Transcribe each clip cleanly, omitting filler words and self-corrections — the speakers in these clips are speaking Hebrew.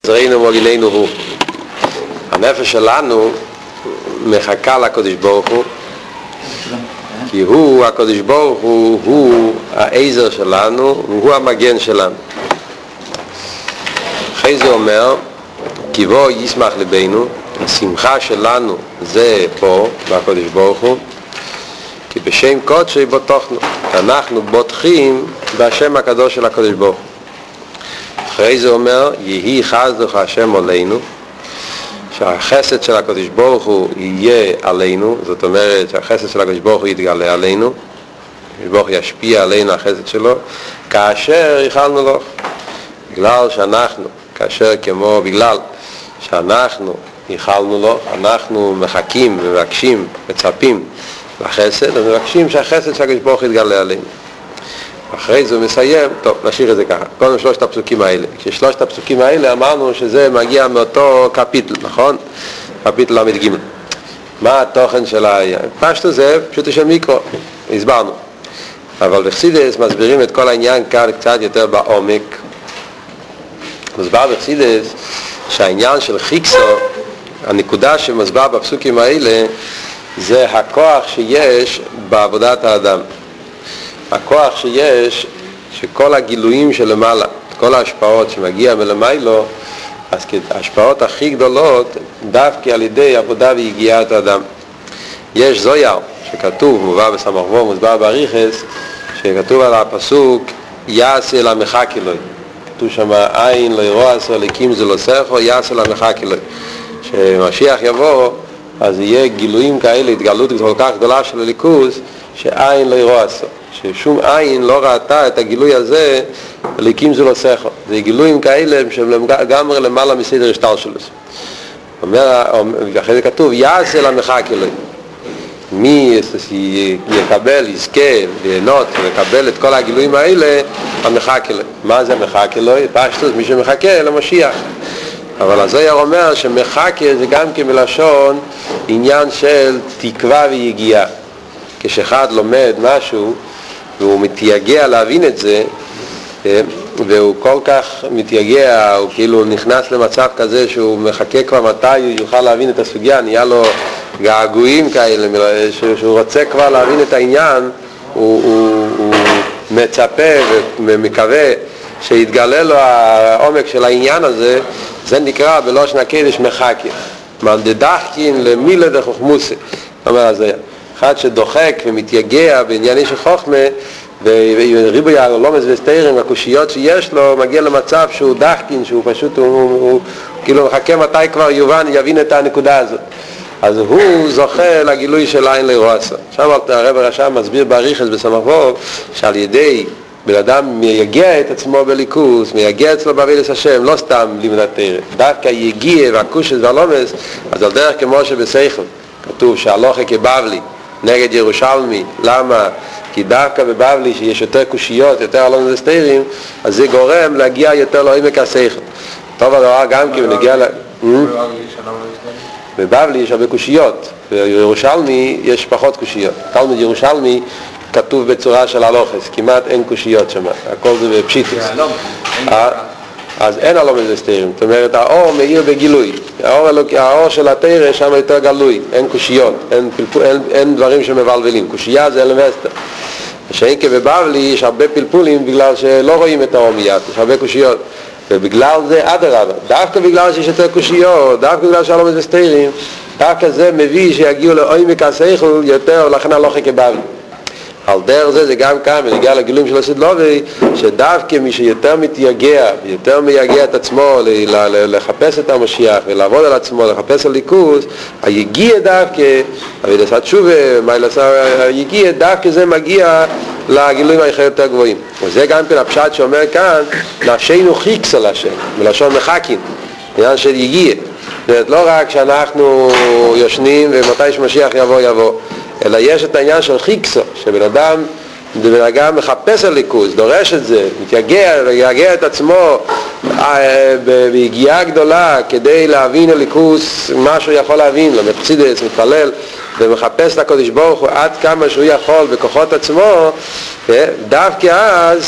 עזרנו ומגיננו הוא. הנפש שלנו מחכה לקדוש ברוך הוא, כי הוא, הקדוש ברוך הוא, הוא העזר שלנו, הוא המגן שלנו. אחרי זה אומר, כי בו ישמח לבנו, השמחה שלנו זה פה, בקדוש ברוך הוא, כי בשם קודשי בוטחנו, אנחנו בוטחים בשם הקדוש של הקדוש ברוך הוא. אחרי זה אומר, יהי חסדך השם עלינו, שהחסד של הקדוש ברוך הוא יהיה עלינו, זאת אומרת שהחסד של הקדוש ברוך הוא יתגלה עלינו, הקדוש ברוך הוא ישפיע עלינו החסד שלו, כאשר ייחלנו לו, בגלל שאנחנו ייחלנו לו, אנחנו מחכים, מבקשים, מצפים לחסד, אז מבקשים שהחסד של הקדוש ברוך הוא יתגלה עלינו. אחרי זה הוא מסיים, טוב, נשאיר את זה ככה, קודם שלושת הפסוקים האלה. כששלושת הפסוקים האלה אמרנו שזה מגיע מאותו קפיטל, נכון? קפיטל למד ג'. מה התוכן של פשטו זה? פשוט של מיקרו, הסברנו. אבל בחסידס מסבירים את כל העניין כאן קצת יותר בעומק. מסבר בחסידס שהעניין של חיקסו, הנקודה שמסבר בפסוקים האלה, זה הכוח שיש בעבודת האדם. הכוח שיש, שכל הגילויים שלמעלה, כל ההשפעות שמגיע מלמיילו, אז ההשפעות הכי גדולות דווקא על ידי עבודה והגיעת האדם. יש זויר שכתוב, מובא בסמ"ך וו, מוסבר באריכס, שכתוב על הפסוק יעשה למחק אלוהי. כתוב שם עין לא ירוע עשר לקים זה לא סרחו, יעשה למחק אלוהי. כשמשיח יבוא, אז יהיה גילויים כאלה, התגלות כל כך גדולה של הליכוז, שעין לא ירוע עשר. ששום עין לא ראתה את הגילוי הזה, ליקים זה לא סכו. זה גילויים כאלה שהם גם למעלה מסדר השטר שלו. ואחרי זה כתוב, יעשה למחק אלוהי. מי יקבל, יזכה, ליהנות, לקבל את כל הגילויים האלה, המחק אלוהי. מה זה מחק אלוהי? פשטוס, מי שמחכה למשיח. אבל הזויר אומר שמחכה זה גם כמלשון עניין של תקווה ויגיעה. כשאחד לומד משהו והוא מתייגע להבין את זה, והוא כל כך מתייגע, הוא כאילו נכנס למצב כזה שהוא מחכה כבר מתי הוא יוכל להבין את הסוגיה, נהיה לו געגועים כאלה, שהוא רוצה כבר להבין את העניין, הוא מצפה ומקווה שיתגלה לו העומק של העניין הזה. זה נקרא בלושן הקודש מחכה, מנדדחקין למילה דחוכמוסה, אומר הזה. אחד שדוחק ומתייגע בענייני של חוכמה, וריבוי הרלומס וסתירים, הקושיות שיש לו, מגיע למצב שהוא דחקין, שהוא פשוט, הוא כאילו מחכה מתי כבר יבין את הנקודה הזאת. אז הוא זוכה לגילוי של עין לרועסה. עכשיו הרב הרש"ם מסביר באריכס בסמ"ך וו, שעל ידי בן אדם מייגע את עצמו בליכוס, מייגע אצלו בעבודת השם, לא סתם לימוד תורה, דווקא יגיע והקושס והלומס, אז על דרך כמו שבשכל כתוב שהלוכה כבבלי נגד ירושלמי. למה? כי דווקא בבבלי שיש יותר קושיות, יותר הלומס וסתירים, אז זה גורם להגיע יותר לעומק השכל. טוב הדבר גם כי נגיע בבבלי יש הרבה קושיות, בירושלמי יש פחות קושיות. תלמוד ירושלמי כתוב בצורה של הלוחס, כמעט אין קושיות שם, הכל זה בפשיטוס. אז אין הלומס וסתירים, זאת אומרת האור מאיר בגילוי, האור של התורה שם יותר גלוי, אין קושיות, אין דברים שמבלבלים. קושייה זה אלמסטר. שאין כבבבלי יש הרבה פלפולים בגלל שלא רואים את האור מיד, יש הרבה קושיות, ובגלל זה אדרבה, דווקא בגלל שיש יותר קושיות, דווקא בגלל שהלומס וסתירים, דווקא זה מביא שיגיעו לעומק השכל יותר, ולכן הלוכה כבבלי. על דרך זה גם כאן, ונגיע לגילויים של הסדלובי, שדווקא מי שיותר מתייגע, ויותר מייגע את עצמו לחפש את המשיח, ולעבוד על עצמו, לחפש על ליכוס, היגיע דווקא, עבודת התשובה, היגיע דווקא זה מגיע לגילויים היותר גבוהים. וזה גם כן הפשט שאומר כאן, נפשנו חיקס על השם, מלשון מחכים, עניין של יגיע. זאת אומרת, לא רק שאנחנו יושנים ומתי שמשיח יבוא, אלא יש את העניין של חיקסו, שבן אדם מחפש על ליכוז, דורש את זה, מתייגע את עצמו בהגיעה גדולה כדי להבין על ליכוז מה שהוא יכול להבין, למחסידס, מתפלל ומחפש את הקדוש ברוך הוא עד כמה שהוא יכול בכוחות עצמו, דווקא אז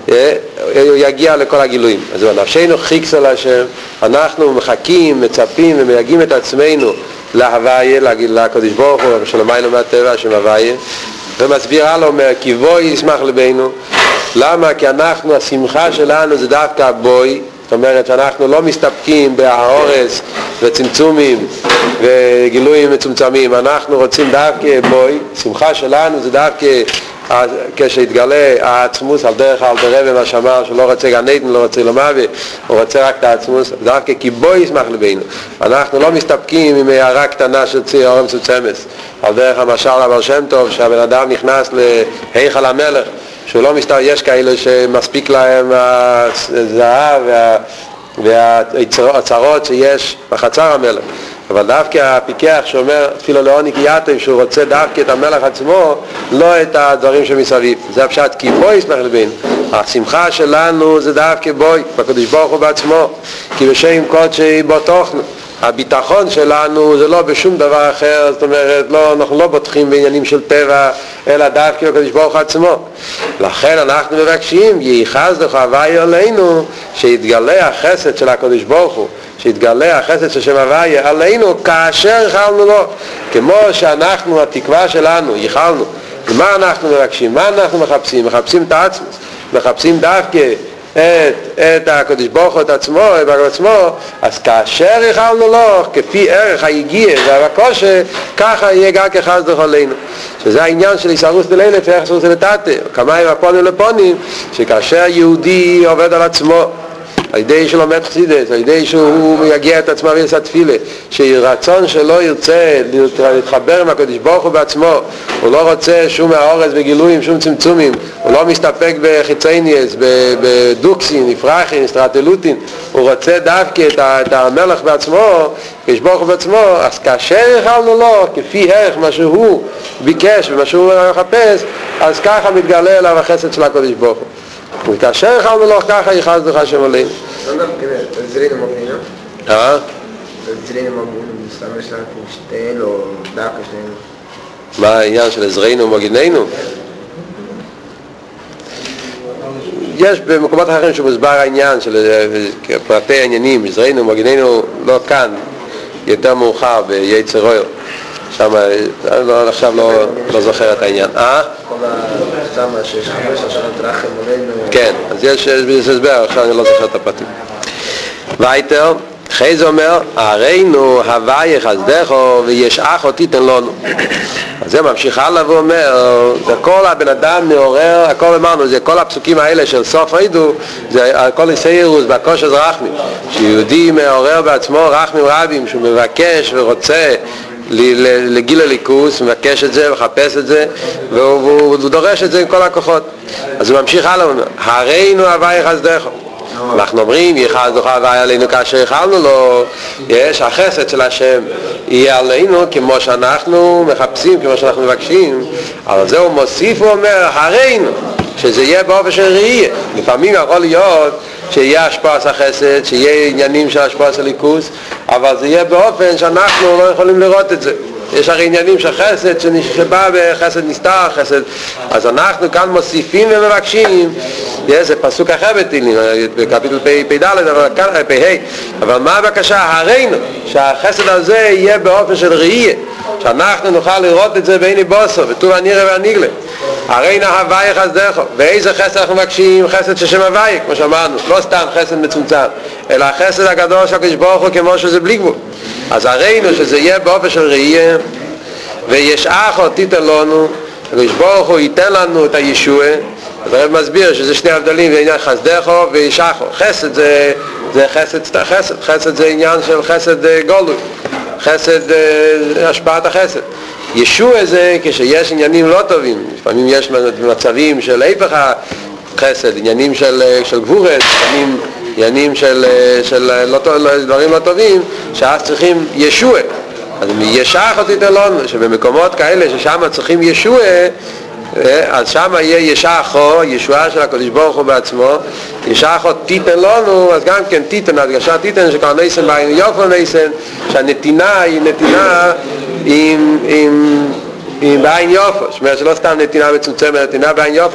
הוא יגיע לכל הגילויים. אז נפשנו חיכסה להשם, אנחנו מחכים, מצפים ומייגעים את עצמנו להוויה, לקדוש ברוך הוא שלמיילו מהטבע השם הוויה, ומסביר הלאה, אומר כי בוי ישמח לבנו. למה? כי אנחנו, השמחה שלנו זה דווקא בוי, זאת אומרת שאנחנו לא מסתפקים בהאורס וצמצומים וגילויים מצומצמים, אנחנו רוצים דווקא בוי. שמחה שלנו זה דווקא כשהתגלה העצמוס על דרך על דרב מה שאמר שלא רוצה גן עדן, לא רוצה למוות, הוא רוצה רק את העצמוס, דווקא כי בו ישמח לבנו. אנחנו לא מסתפקים עם הערה קטנה של ציר אורם צוצמס על דרך המשל הבעל שם טוב שהבן אדם נכנס להיכל המלך, שהוא לא מסתפק, יש כאלה שמספיק להם הזהב והצרות שיש בחצר המלך, אבל דווקא הפיקח שאומר אפילו לעוני קייטב שהוא רוצה דווקא את המלך עצמו, לא את הדברים שמסביב. זה הפשט כי בוי ישמח לבנו. השמחה שלנו זה דווקא בוי בקדוש ברוך הוא בעצמו, כי בשם קודשי בו תוכנו. הביטחון שלנו זה לא בשום דבר אחר, זאת אומרת אנחנו לא בוטחים בעניינים של טבע אלא דווקא בקדוש ברוך הוא עצמו. לכן אנחנו מבקשים ייחס לך הוויה עלינו, שיתגלה החסד של הקדוש ברוך הוא, שיתגלה החסד של שם הוויה עלינו כאשר ייחלנו לו, כמו שאנחנו התקווה שלנו ייחלנו. מה אנחנו מבקשים? מה אנחנו מחפשים? מחפשים את העצמות, מחפשים דווקא את הקדוש ברוך הוא את עצמו, אז כאשר ייחלנו לו כפי ערך היגיע והבקושה, ככה יהיה גם כחסד עלינו, שזה העניין של איסרוס דלילף ואיסרוס דלתתא, כמיים הפונים לפונים, שכאשר יהודי עובד על עצמו על ידי שלומד חסידות, על ידי שהוא יגיע את עצמו ויעשה תפילה, שרצון שלא ירצה להתחבר עם הקדוש ברוך הוא בעצמו, הוא לא רוצה שום האורס וגילויים, שום צמצומים, הוא לא מסתפק בחיצייניאס, בדוקסין, נפרחין, סטרטלוטין, הוא רוצה דווקא את המלך בעצמו, הקדוש ברוך הוא בעצמו. אז כאשר ייחלנו לו כפי ערך מה שהוא ביקש ומה שהוא מחפש, אז ככה מתגלה אליו החסד של הקדוש ברוך הוא. וכאשר ייחלנו לו ככה ייחס לך השם עלינו. זרינו מגנינו? זרינו מגנינו, מסתמש לך שתיהן או דקה שתיהן. מה העניין של זרינו מגנינו? יש במקומות אחרים שמוסבר העניין של פרטי העניינים, זרינו מגנינו לא כאן, יותר מאוחר ביצר אויר. שם, עכשיו לא זוכר את העניין. כל הסתמה שיש 5 שנות רחם עלינו. כן, אז יש הסבר, עכשיו אני לא זוכר את הפרטים. וייטר, חייז אומר, הרינו הוויה חסדךו וישעך אותי תן לנו. אז זה ממשיך הלאה ואומר, זה כל הבן אדם מעורר, הכל אמרנו, זה כל הפסוקים האלה של סוף עידו, זה הכל סיירוס והקושי רחמי, שיהודי מעורר בעצמו רחמים רבים, שהוא מבקש ורוצה לגיל הליכוס, מבקש את זה, מחפש את זה, והוא דורש את זה עם כל הכוחות. אז הוא ממשיך הלאה, הרינו הוויה חסדךו. אנחנו אומרים, ייחס לך הוויה עלינו כאשר ייחלנו לו, יש החסד של השם יהיה עלינו כמו שאנחנו מחפשים, כמו שאנחנו מבקשים, אבל זה הוא מוסיף ואומר, הרינו, שזה יהיה באופן של ראייה. לפעמים יכול להיות שיהיה השפעת החסד, שיהיה עניינים של השפעת הליכוס, אבל זה יהיה באופן שאנחנו לא יכולים לראות את זה. יש הרי עניינים של חסד שבא בחסד נסתר, חסד. אז אנחנו כאן מוסיפים ומבקשים, זה פסוק אחר בתהילים, בקפיטל פ"ד, אבל מה הבקשה? הרינו, שהחסד הזה יהיה באופן של ראייה, שאנחנו נוכל לראות את זה בעיני בוסו, וטוב הנירה והניגלה. הרינו הוויה חסדךו. ואיזה חסד אנחנו מבקשים? חסד של שם הוויה, כמו שאמרנו, לא סתם חסד מצומצם, אלא החסד הגדול של הקדוש ברוך הוא כמו שזה בלי גבול. אז הרינו שזה יהיה באופן של ראייה, וישעך תיתן לנו, הקדוש ברוך הוא ייתן לנו את הישוע. אז הרב מסביר שזה שני הבדלים בעניין חסדךו וישעכו. חסד זה חסד, חסד זה עניין של חסד גולוי, חסד השפעת החסד. ישוע זה כשיש עניינים לא טובים, לפעמים יש מצבים של היפך חסד, עניינים של גבורת, עניינים של דברים לא טובים, שאז צריכים ישוע. אז ישעך תיתן לנו, שבמקומות כאלה ששם צריכים ישוע, אז שם יהיה ישעכו, ישועה של הקדוש ברוך הוא בעצמו. ישעכו תיתן לנו, אז גם כן תיתן, הדגשה תיתן שכבר ניסן בעין יופו ניסן, שהנתינה היא נתינה עם בעין יופו, זאת אומרת שלא סתם נתינה מצומצמת, נתינה בעין יופו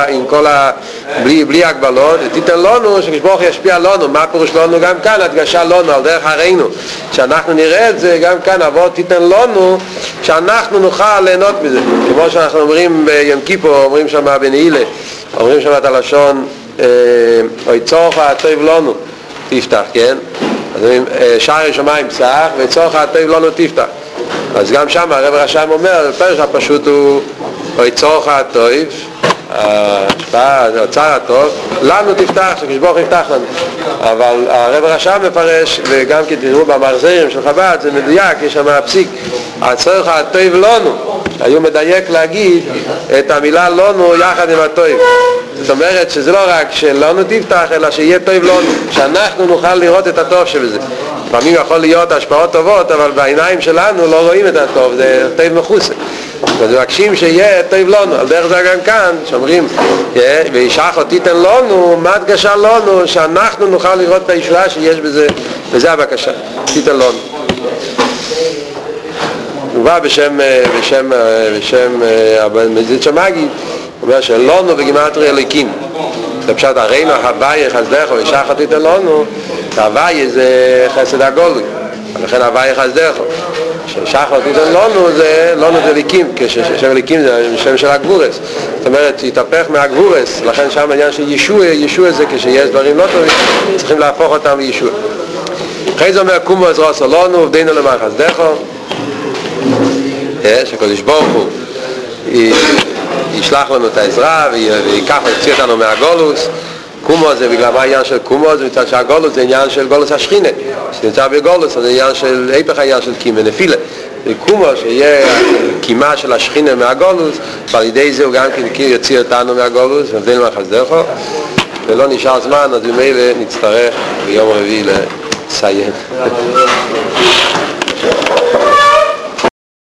בלי הגבלות, תיתן לנו שכשברוך ישפיע לנו, מה פירוש לנו גם כאן, הדגשה לנו על דרך הראינו, שאנחנו נראה את זה גם כאן, אבל תיתן לנו שאנחנו נוכל ליהנות מזה, כמו שאנחנו אומרים ביום כיפור, אומרים שם בנעילה, אומרים שם את הלשון, אוי צורך הטוב לנו תפתח, כן? אז אומרים שער שמיים פסח וצורך הטוב לנו תפתח. אז גם שם הרב רש"ם אומר, הפרש הפשוט הוא אוי צורך הטוב, ההשפעה, האוצר הטוב, לנו תפתח, שכשברוך יפתח לנו. אבל הרב רש"ם מפרש, וגם כי תראו במחזירים של חב"ד, זה מדויק, יש שם הפסיק, הצורך הטוב לנו, היו מדייק להגיד את המילה לנו יחד עם הטוב. זאת אומרת שזה לא רק שלנו תפתח, אלא שיהיה טוב לנו, שאנחנו נוכל לראות את הטוב שבזה. לפעמים יכול להיות השפעות טובות, אבל בעיניים שלנו לא רואים את הטוב, זה טוב מחוסה. ומבקשים שיהיה טוב לנו, על דרך זה גם כאן, שאומרים, וישח או תיתן לנו, מה הדגשה לנו, שאנחנו נוכל לראות את הישועה שיש בזה, וזה הבקשה, תיתן לנו. מובא בשם המזיד שמגיד, הוא אומר שלנו בגימטריה אליקים. זה פשוט הרינו, הוויה, חסדך, וישח או תיתן לנו, הוויה זה חסד הגולוי, ולכן הוויה חסדך. ששחר תיתן לנו זה ליקים, כשם ליקים זה שם של הגבורס, זאת אומרת התהפך מהגבורס, לכן שם העניין של ישוע זה כשיש דברים לא טובים צריכים להפוך אותם לישוע. אחרי זה אומר קומו עזרו עשו לנו עובדינו למען חסדך, שקדוש ברוך הוא ישלח לנו את העזרה ויקח ויוציא אותנו מהגולוס. קומו זה בגלל מה העניין של קומו, זה מצד שהגולוס זה עניין של גולוס השכינה, שנמצא בגולוס זה עניין של היפך העניין של קימה נפילה, וקומו שיהיה קימה של השכינה מהגולוס, ועל ידי זה הוא גם יוציא אותנו מהגולוס ועובדינו למען חסדך, ולא נשאר זמן, אז ממילא נצטרך ביום רביעי לסיים.